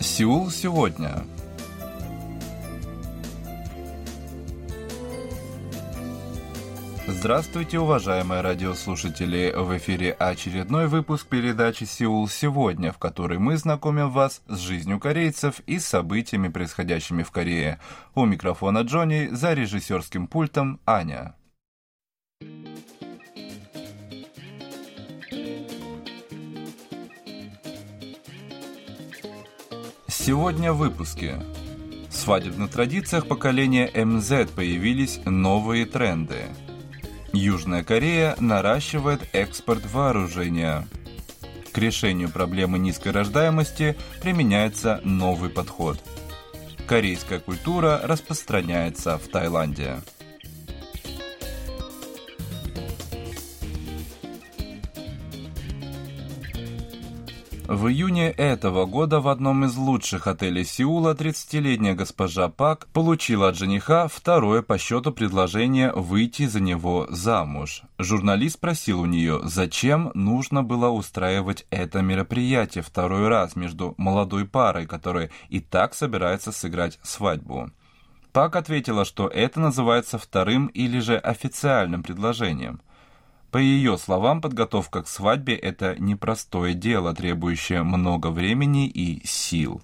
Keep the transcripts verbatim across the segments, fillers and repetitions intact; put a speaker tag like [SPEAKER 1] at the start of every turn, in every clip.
[SPEAKER 1] Сеул сегодня. Здравствуйте, уважаемые радиослушатели! В эфире очередной выпуск передачи «Сеул сегодня», в которой мы знакомим вас с жизнью корейцев и событиями, происходящими в Корее. У микрофона Джонни, за режиссерским пультом Аня. Сегодня в выпуске. В свадебных традициях поколения эм зет появились новые тренды. Южная Корея наращивает экспорт вооружения. К решению проблемы низкой рождаемости применяется новый подход. Корейская культура распространяется в Таиланде. В июне этого года в одном из лучших отелей Сеула тридцатилетняя госпожа Пак получила от жениха второе по счету предложение выйти за него замуж. Журналист спросил у нее, зачем нужно было устраивать это мероприятие второй раз между молодой парой, которая и так собирается сыграть свадьбу. Пак ответила, что это называется вторым или же официальным предложением. По ее словам, подготовка к свадьбе – это непростое дело, требующее много времени и сил.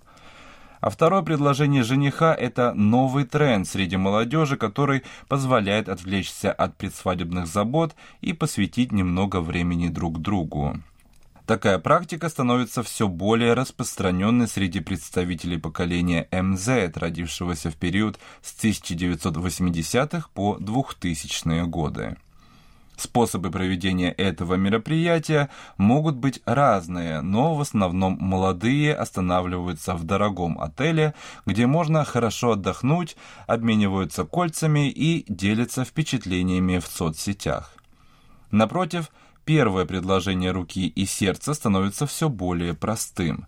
[SPEAKER 1] А второе предложение жениха – это новый тренд среди молодежи, который позволяет отвлечься от предсвадебных забот и посвятить немного времени друг другу. Такая практика становится все более распространенной среди представителей поколения эм зет, родившегося в период с тысяча девятьсот восьмидесятых по двухтысячные годы. Способы проведения этого мероприятия могут быть разные, но в основном молодые останавливаются в дорогом отеле, где можно хорошо отдохнуть, обмениваются кольцами и делятся впечатлениями в соцсетях. Напротив, первое предложение руки и сердца становится все более простым.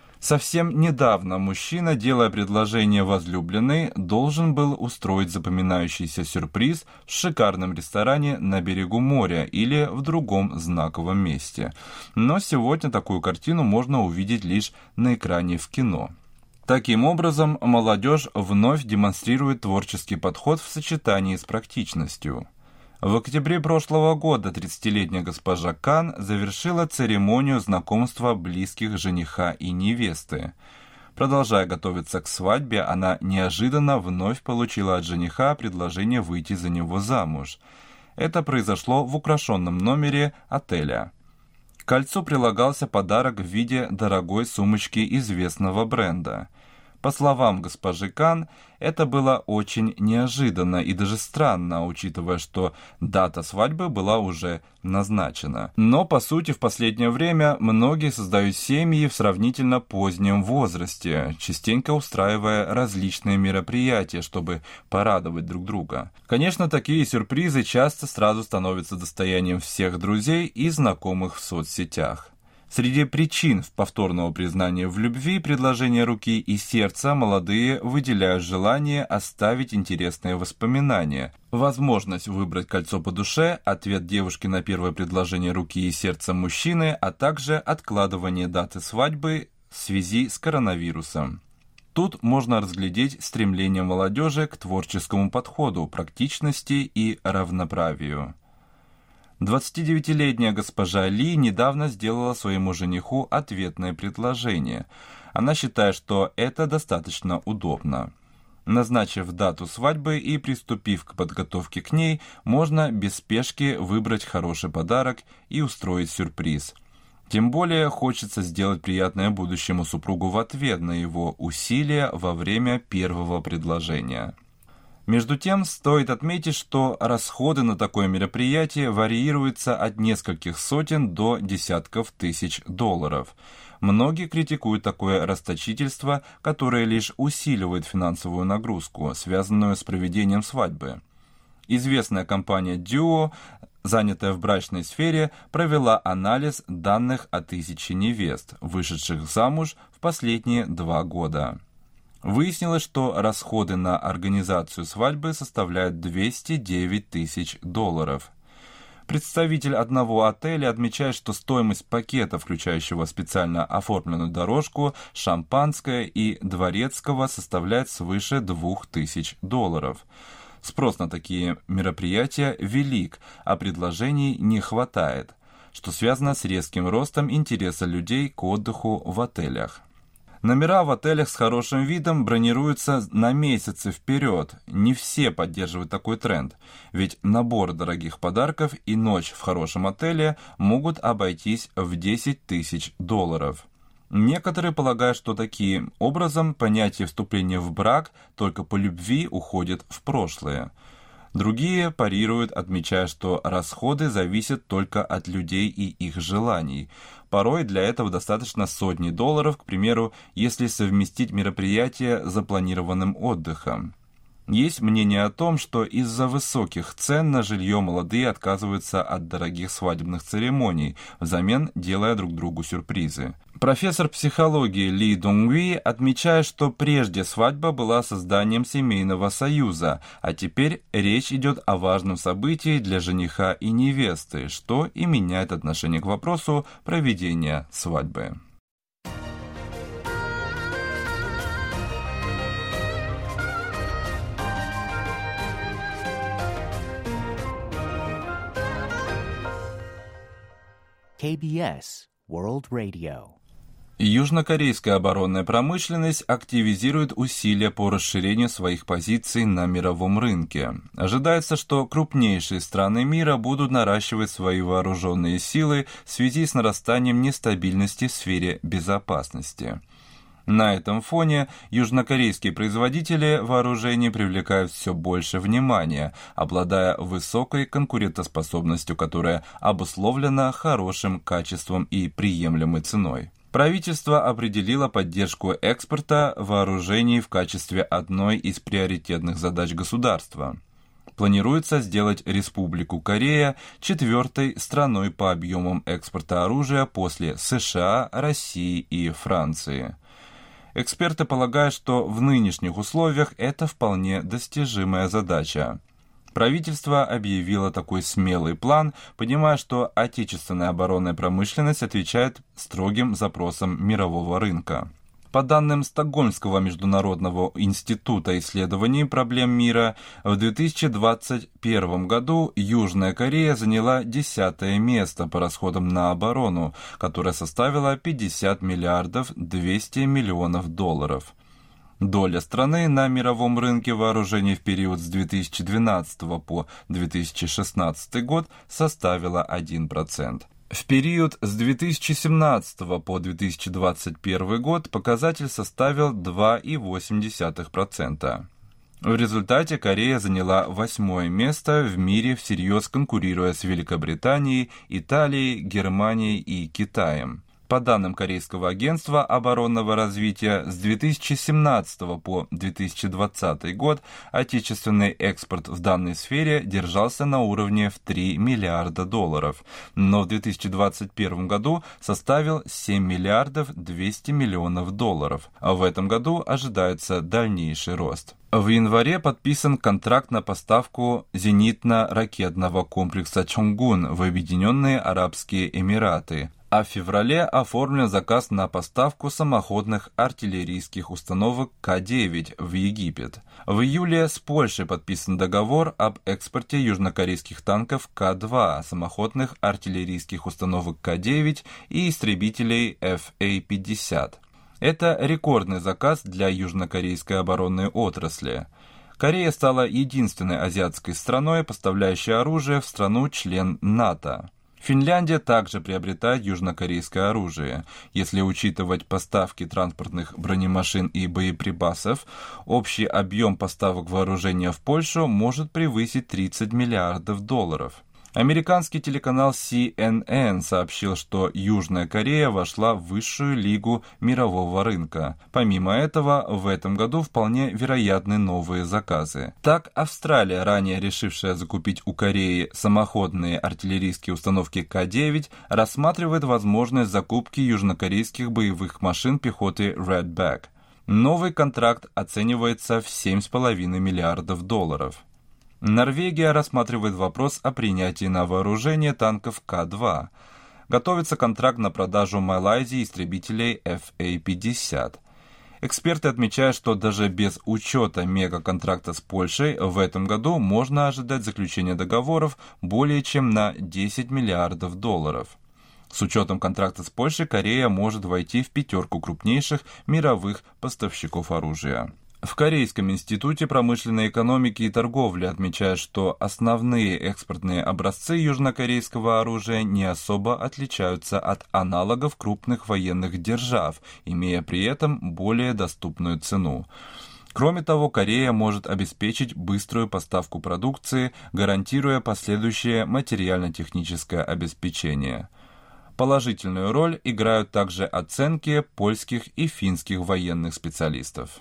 [SPEAKER 1] Совсем недавно мужчина, делая предложение возлюбленной, должен был устроить запоминающийся сюрприз в шикарном ресторане на берегу моря или в другом знаковом месте. Но сегодня такую картину можно увидеть лишь на экране в кино. Таким образом, молодежь вновь демонстрирует творческий подход в сочетании с практичностью. В октябре прошлого года тридцатилетняя госпожа Кан завершила церемонию знакомства близких жениха и невесты. Продолжая готовиться к свадьбе, она неожиданно вновь получила от жениха предложение выйти за него замуж. Это произошло в украшенном номере отеля. К кольцу прилагался подарок в виде дорогой сумочки известного бренда. По словам госпожи Кан, это было очень неожиданно и даже странно, учитывая, что дата свадьбы была уже назначена. Но, по сути, в последнее время многие создают семьи в сравнительно позднем возрасте, частенько устраивая различные мероприятия, чтобы порадовать друг друга. Конечно, такие сюрпризы часто сразу становятся достоянием всех друзей и знакомых в соцсетях. Среди причин повторного признания в любви, предложения руки и сердца молодые выделяют желание оставить интересные воспоминания, возможность выбрать кольцо по душе, ответ девушки на первое предложение руки и сердца мужчины, а также откладывание даты свадьбы в связи с коронавирусом. Тут можно разглядеть стремление молодежи к творческому подходу, практичности и равноправию. двадцатидевятилетняя госпожа Ли недавно сделала своему жениху ответное предложение. Она считает, что это достаточно удобно. Назначив дату свадьбы и приступив к подготовке к ней, можно без спешки выбрать хороший подарок и устроить сюрприз. Тем более хочется сделать приятное будущему супругу в ответ на его усилия во время первого предложения. Между тем, стоит отметить, что расходы на такое мероприятие варьируются от нескольких сотен до десятков тысяч долларов. Многие критикуют такое расточительство, которое лишь усиливает финансовую нагрузку, связанную с проведением свадьбы. Известная компания Duo, занятая в брачной сфере, провела анализ данных о тысяче невест, вышедших замуж в последние два года. Выяснилось, что расходы на организацию свадьбы составляют двести девять тысяч долларов. Представитель одного отеля отмечает, что стоимость пакета, включающего специально оформленную дорожку, шампанское и дворецкого, составляет свыше двух тысяч долларов. Спрос на такие мероприятия велик, а предложений не хватает, что связано с резким ростом интереса людей к отдыху в отелях. Номера в отелях с хорошим видом бронируются на месяцы вперед. Не все поддерживают такой тренд, ведь набор дорогих подарков и ночь в хорошем отеле могут обойтись в десять тысяч долларов. Некоторые полагают, что таким образом понятие вступления в брак только по любви уходит в прошлое. Другие парируют, отмечая, что расходы зависят только от людей и их желаний. Порой для этого достаточно сотни долларов, к примеру, если совместить мероприятие с запланированным отдыхом. Есть мнение о том, что из-за высоких цен на жилье молодые отказываются от дорогих свадебных церемоний, взамен делая друг другу сюрпризы. Профессор психологии Ли Донгуи отмечает, что прежде свадьба была созданием семейного союза, а теперь речь идет о важном событии для жениха и невесты, что и меняет отношение к вопросу проведения свадьбы.
[SPEAKER 2] кей би эс World Radio.
[SPEAKER 1] Южнокорейская оборонная промышленность активизирует усилия по расширению своих позиций на мировом рынке. Ожидается, что крупнейшие страны мира будут наращивать свои вооруженные силы в связи с нарастанием нестабильности в сфере безопасности. На этом фоне южнокорейские производители вооружений привлекают все больше внимания, обладая высокой конкурентоспособностью, которая обусловлена хорошим качеством и приемлемой ценой. Правительство определило поддержку экспорта вооружений в качестве одной из приоритетных задач государства. Планируется сделать Республику Корея четвертой страной по объемам экспорта оружия после США, России и Франции. Эксперты полагают, что в нынешних условиях это вполне достижимая задача. Правительство объявило такой смелый план, понимая, что отечественная оборонная промышленность отвечает строгим запросам мирового рынка. По данным Стокгольмского международного института исследований проблем мира, в две тысячи двадцать первом году Южная Корея заняла десятое место по расходам на оборону, которое составило пятьдесят миллиардов двести миллионов долларов. Доля страны на мировом рынке вооружений в период с две тысячи двенадцатого по две тысячи шестнадцатый год составила один процент. В период с две тысячи семнадцатого по две тысячи двадцать первый год показатель составил два целых восемь десятых процента. В результате Корея заняла восьмое место в мире, всерьез конкурируя с Великобританией, Италией, Германией и Китаем. По данным Корейского агентства оборонного развития, с две тысячи семнадцатого по две тысячи двадцатый год отечественный экспорт в данной сфере держался на уровне в три миллиарда долларов, но в две тысячи двадцать первом году составил семь миллиардов двести миллионов долларов, а в этом году ожидается дальнейший рост. В январе подписан контракт на поставку зенитно-ракетного комплекса «Чонгун» в Объединенные Арабские Эмираты, а в феврале оформлен заказ на поставку самоходных артиллерийских установок К девять в Египет. В июле с Польшей подписан договор об экспорте южнокорейских танков К два, самоходных артиллерийских установок К девять и истребителей Эф А пятьдесят. Это рекордный заказ для южнокорейской оборонной отрасли. Корея стала единственной азиатской страной, поставляющей оружие в страну-член НАТО. Финляндия также приобретает южнокорейское оружие. Если учитывать поставки транспортных бронемашин и боеприпасов, общий объем поставок вооружения в Польшу может превысить тридцать миллиардов долларов. Американский телеканал Си Эн Эн сообщил, что Южная Корея вошла в высшую лигу мирового рынка. Помимо этого, в этом году вполне вероятны новые заказы. Так, Австралия, ранее решившая закупить у Кореи самоходные артиллерийские установки К девять, рассматривает возможность закупки южнокорейских боевых машин пехоты Редбэк. Новый контракт оценивается в семь целых пять десятых миллиардов долларов. Норвегия рассматривает вопрос о принятии на вооружение танков К два. Готовится контракт на продажу Малайзии истребителей эф эй пятьдесят. Эксперты отмечают, что даже без учета мегаконтракта с Польшей в этом году можно ожидать заключения договоров более чем на десять миллиардов долларов. С учетом контракта с Польшей Корея может войти в пятерку крупнейших мировых поставщиков оружия. В Корейском институте промышленной экономики и торговли отмечают, что основные экспортные образцы южнокорейского оружия не особо отличаются от аналогов крупных военных держав, имея при этом более доступную цену. Кроме того, Корея может обеспечить быструю поставку продукции, гарантируя последующее материально-техническое обеспечение. Положительную роль играют также оценки польских и финских военных специалистов.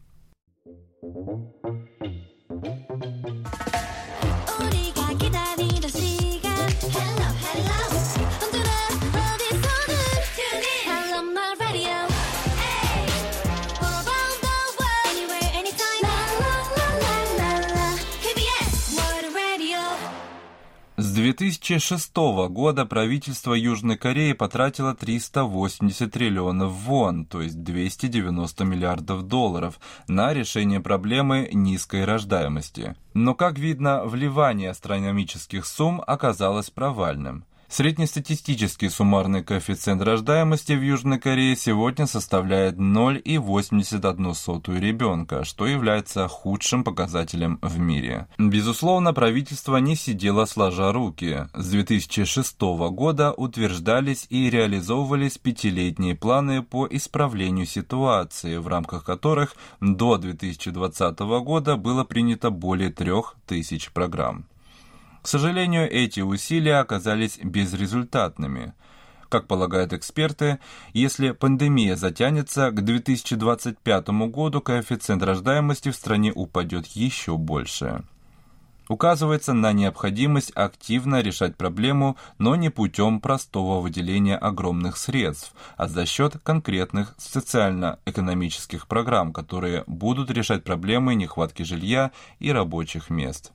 [SPEAKER 1] С две тысячи шестого года правительство Южной Кореи потратило триста восемьдесят триллионов вон, то есть двести девяносто миллиардов долларов, на решение проблемы низкой рождаемости. Но, как видно, вливание астрономических сумм оказалось провальным. Среднестатистический суммарный коэффициент рождаемости в Южной Корее сегодня составляет ноль целых восемьдесят одна сотая ребенка, что является худшим показателем в мире. Безусловно, правительство не сидело сложа руки. С две тысячи шестого года утверждались и реализовывались пятилетние планы по исправлению ситуации, в рамках которых до две тысячи двадцатого года было принято более трех тысяч программ. К сожалению, эти усилия оказались безрезультатными. Как полагают эксперты, если пандемия затянется, к две тысячи двадцать пятому году коэффициент рождаемости в стране упадет еще больше. Указывается на необходимость активно решать проблему, но не путем простого выделения огромных средств, а за счет конкретных социально-экономических программ, которые будут решать проблемы нехватки жилья и рабочих мест.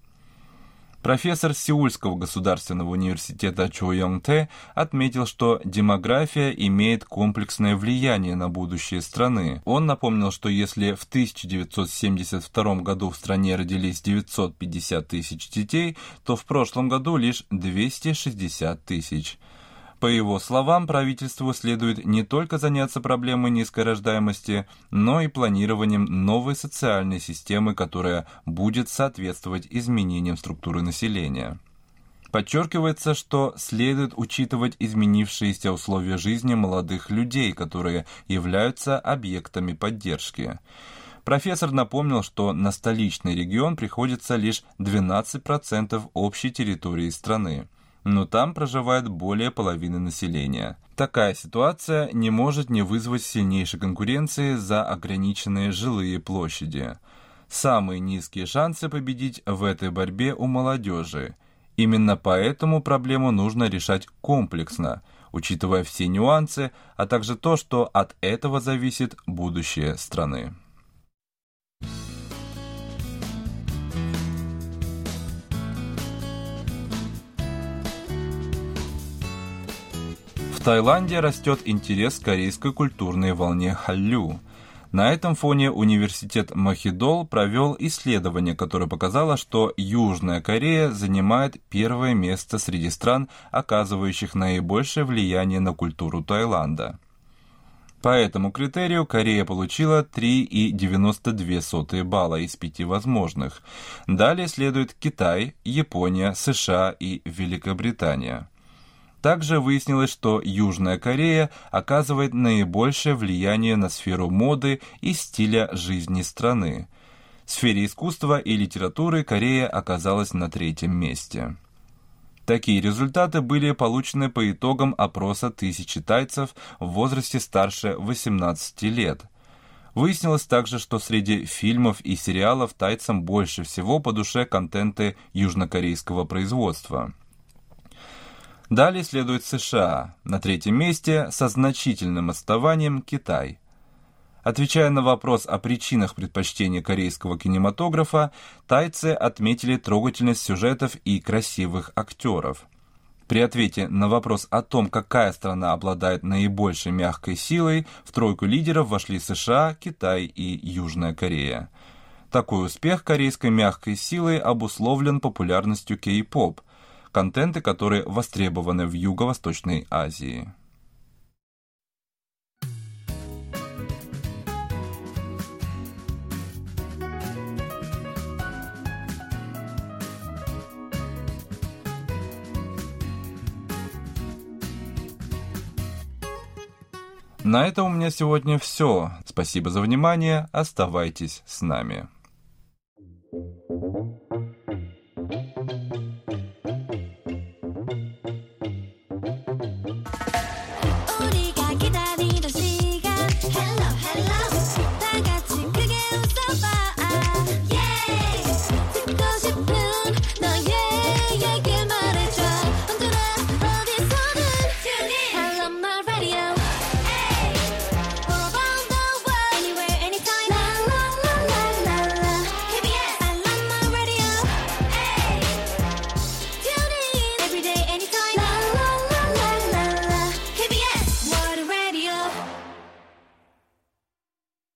[SPEAKER 1] Профессор Сеульского государственного университета Чо Йонг-Тэ отметил, что демография имеет комплексное влияние на будущее страны. Он напомнил, что если в тысяча девятьсот семьдесят втором году в стране родились девятьсот пятьдесят тысяч детей, то в прошлом году лишь двести шестьдесят тысяч. По его словам, правительству следует не только заняться проблемой низкой рождаемости, но и планированием новой социальной системы, которая будет соответствовать изменениям структуры населения. Подчеркивается, что следует учитывать изменившиеся условия жизни молодых людей, которые являются объектами поддержки. Профессор напомнил, что на столичный регион приходится лишь двенадцать процентов общей территории страны, но там проживает более половины населения. Такая ситуация не может не вызвать сильнейшей конкуренции за ограниченные жилые площади. Самые низкие шансы победить в этой борьбе у молодежи. Именно поэтому проблему нужно решать комплексно, учитывая все нюансы, а также то, что от этого зависит будущее страны. В Таиланде растет интерес к корейской культурной волне Халлю. На этом фоне университет Махидол провел исследование, которое показало, что Южная Корея занимает первое место среди стран, оказывающих наибольшее влияние на культуру Таиланда. По этому критерию Корея получила три целых девяносто две сотых балла из пяти возможных. Далее следует Китай, Япония, США и Великобритания. Также выяснилось, что Южная Корея оказывает наибольшее влияние на сферу моды и стиля жизни страны. В сфере искусства и литературы Корея оказалась на третьем месте. Такие результаты были получены по итогам опроса тысячи тайцев в возрасте старше восемнадцати лет. Выяснилось также, что среди фильмов и сериалов тайцам больше всего по душе контенты южнокорейского производства. Далее следует США, на третьем месте со значительным отставанием Китай. Отвечая на вопрос о причинах предпочтения корейского кинематографа, тайцы отметили трогательность сюжетов и красивых актеров. При ответе на вопрос о том, какая страна обладает наибольшей мягкой силой, в тройку лидеров вошли США, Китай и Южная Корея. Такой успех корейской мягкой силы обусловлен популярностью кей-поп, контенты, которые востребованы в Юго-Восточной Азии. На этом у меня сегодня все. Спасибо за внимание. Оставайтесь с нами.